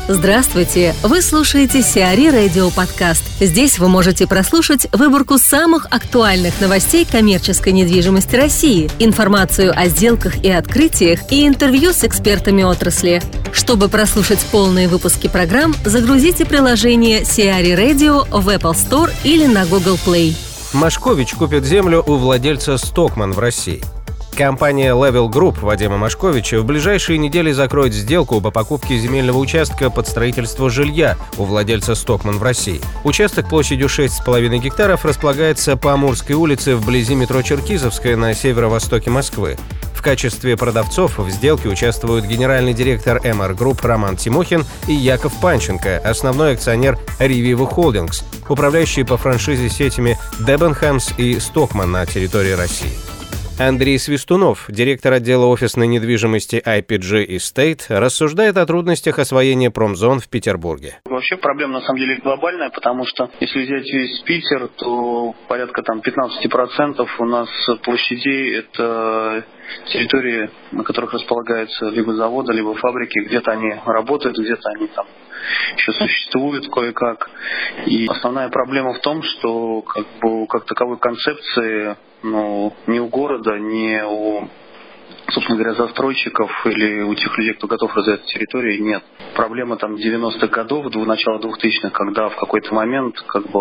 Здравствуйте! Вы слушаете Сиари Радио Подкаст. Здесь вы можете прослушать выборку самых актуальных новостей коммерческой недвижимости России, информацию о сделках и открытиях и интервью с экспертами отрасли. Чтобы прослушать полные выпуски программ, загрузите приложение Сиари Radio в Apple Store или на Google Play. Машкович купит землю у владельца Stockmann в России. Компания Level Group Вадима Машковича в ближайшие недели закроет сделку по покупке земельного участка под строительство жилья у владельца Stockmann в России. Участок площадью 6,5 гектаров располагается по Амурской улице вблизи метро Черкизовская на северо-востоке Москвы. В качестве продавцов в сделке участвуют генеральный директор MR Group Роман Тимохин и Яков Панченко, основной акционер Revivo Holdings, управляющий по франшизе сетями Debenhams и Stockmann на территории России. Андрей Свистунов, директор отдела офисной недвижимости IPG Estate, рассуждает о трудностях освоения промзон в Петербурге. Вообще проблема на самом деле глобальная, потому что если взять весь Питер, то порядка 15% у нас площадей это территории, на которых располагаются либо заводы, либо фабрики, где-то они работают, где-то они там еще существуют кое-как. И основная проблема в том, что как таковой концепции ни у города, ни у, собственно говоря, застройщиков или у тех людей, кто готов развивать территории, нет. Проблема 90-х годов, начала 2000-х, когда в какой-то момент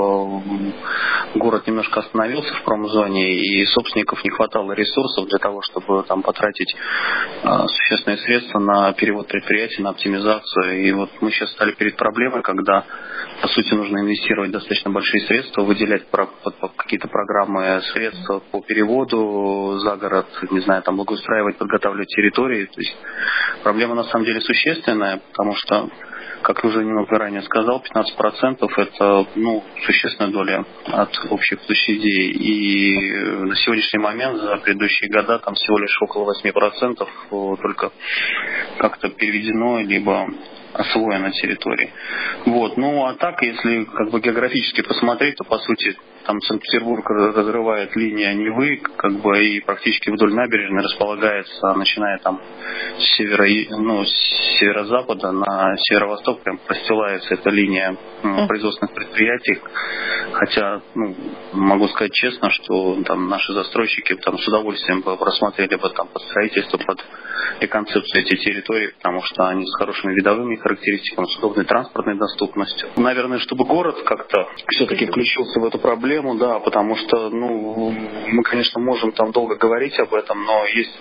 город немножко остановился в промзоне, и собственников не хватало ресурсов для того, чтобы потратить существенные средства на перевод предприятий, на оптимизацию. И вот мы сейчас стали перед проблемой, когда, по сути, нужно инвестировать достаточно большие средства, выделять какие-то программы средства по переводу за город, благоустраивать, подготавливать территории. То есть проблема на самом деле существенная, потому что, как уже немного ранее сказал, 15% это существенная доля от общих площадей. И на сегодняшний момент, за предыдущие года, всего лишь около 8% только как-то переведено, либо освоено территории. А так, если географически посмотреть, то по сути Санкт-Петербург разрывает линия Невы, и практически вдоль набережной располагается, начиная с северо-запада на северо-восток, прям простилается эта линия производственных предприятий. Хотя, могу сказать честно, что наши застройщики с удовольствием рассмотрели бы под строительство, под реконцепцию эти территории, потому что они с хорошими видовыми характеристиками, с удобной транспортной доступностью. Наверное, чтобы город как-то все-таки включился в эту проблему, да, потому что, мы, конечно, можем долго говорить об этом, но есть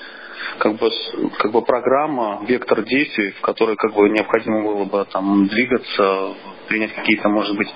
программа, вектор действий, в которой необходимо было бы двигаться, принять какие-то, может быть,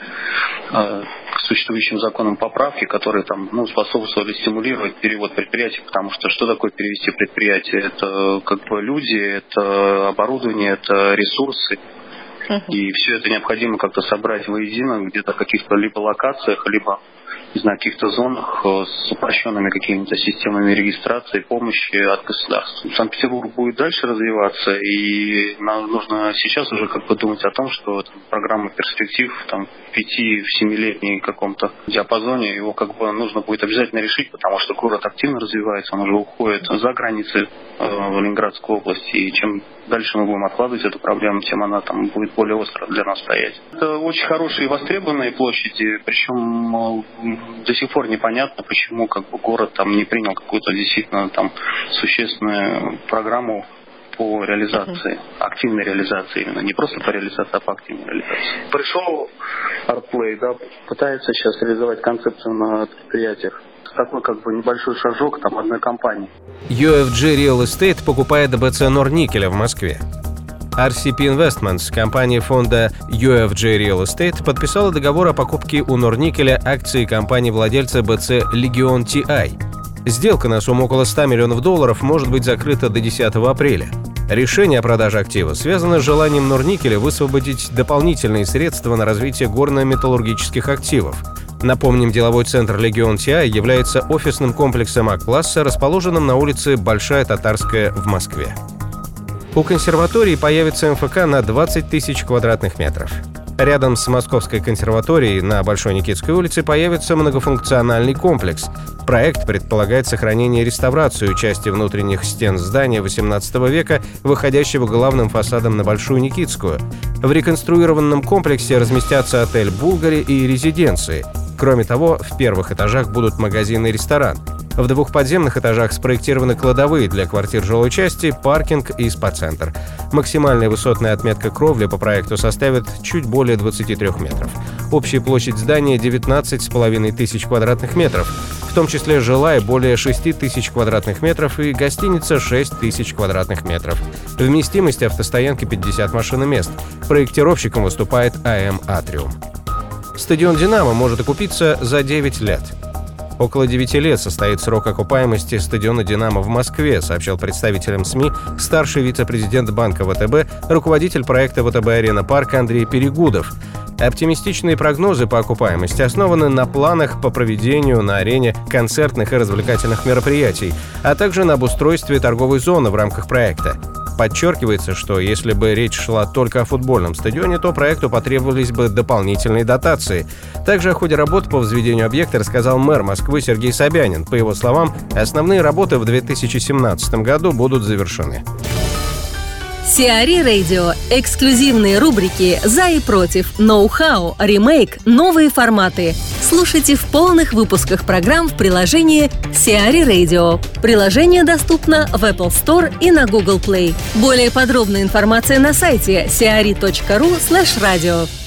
к существующим законам поправки, которые способствовали стимулировать перевод предприятий, потому что такое перевести предприятие? Это люди, это оборудование, это ресурсы. И все это необходимо как-то собрать воедино где-то в каких-то либо локациях, либо каких-то зонах с упрощенными какими-то системами регистрации, помощи от государства. Санкт-Петербург будет дальше развиваться, и нам нужно сейчас уже думать о том, что программа перспектив в 5-7-летней каком-то диапазоне, его нужно будет обязательно решить, потому что город активно развивается, он уже уходит за границы Ленинградской области, и чем дальше мы будем откладывать эту проблему, тем она будет более остро для нас стоять. Это очень хорошие и востребованные площади, причем до сих пор непонятно, почему город не принял какую-то действительно существенную программу по реализации, активной реализации именно, не просто по реализации, а по активной реализации. Пришел ArtPlay, пытается сейчас реализовать концепцию на предприятиях. Такой небольшой шажок одной компании. UFG Real Estate покупает БЦ Норникеля в Москве. RCP Investments, компания фонда UFG Real Estate, подписала договор о покупке у Норникеля акций компании-владельца БЦ Legion TI. Сделка на сумму около $100 миллионов может быть закрыта до 10 апреля. Решение о продаже актива связано с желанием Норникеля высвободить дополнительные средства на развитие горно-металлургических активов. Напомним, деловой центр Legion TI является офисным комплексом А-класса, расположенным на улице Большая Татарская в Москве. У консерватории появится МФК на 20 тысяч квадратных метров. Рядом с Московской консерваторией на Большой Никитской улице появится многофункциональный комплекс. Проект предполагает сохранение и реставрацию части внутренних стен здания XVIII века, выходящего главным фасадом на Большую Никитскую. В реконструированном комплексе разместятся отель «Булгари» и резиденции. Кроме того, в первых этажах будут магазин и ресторан. В 2 подземных этажах спроектированы кладовые для квартир жилой части, паркинг и спа-центр. Максимальная высотная отметка кровли по проекту составит чуть более 23 метров. Общая площадь здания 19,5 тысяч квадратных метров, в том числе жилая более 6 тысяч квадратных метров и гостиница 6 тысяч квадратных метров. Вместимость автостоянки 50 машиномест. Проектировщиком выступает АМ «Атриум». Стадион «Динамо» может окупиться за 9 лет. Около 9 лет состоит срок окупаемости стадиона «Динамо» в Москве, сообщил представителям СМИ старший вице-президент банка ВТБ, руководитель проекта ВТБ-Арена Парк Андрей Перегудов. Оптимистичные прогнозы по окупаемости основаны на планах по проведению на арене концертных и развлекательных мероприятий, а также на обустройстве торговой зоны в рамках проекта. Подчеркивается, что если бы речь шла только о футбольном стадионе, то проекту потребовались бы дополнительные дотации. Также о ходе работ по возведению объекта рассказал мэр Москвы Сергей Собянин. По его словам, основные работы в 2017 году будут завершены. Сиари Радио. Эксклюзивные рубрики «За и против», «Ноу-хау», «Ремейк», «Новые форматы». Слушайте в полных выпусках программ в приложении Сиари Radio. Приложение доступно в Apple Store и на Google Play. Более подробная информация на сайте siari.ru/radio.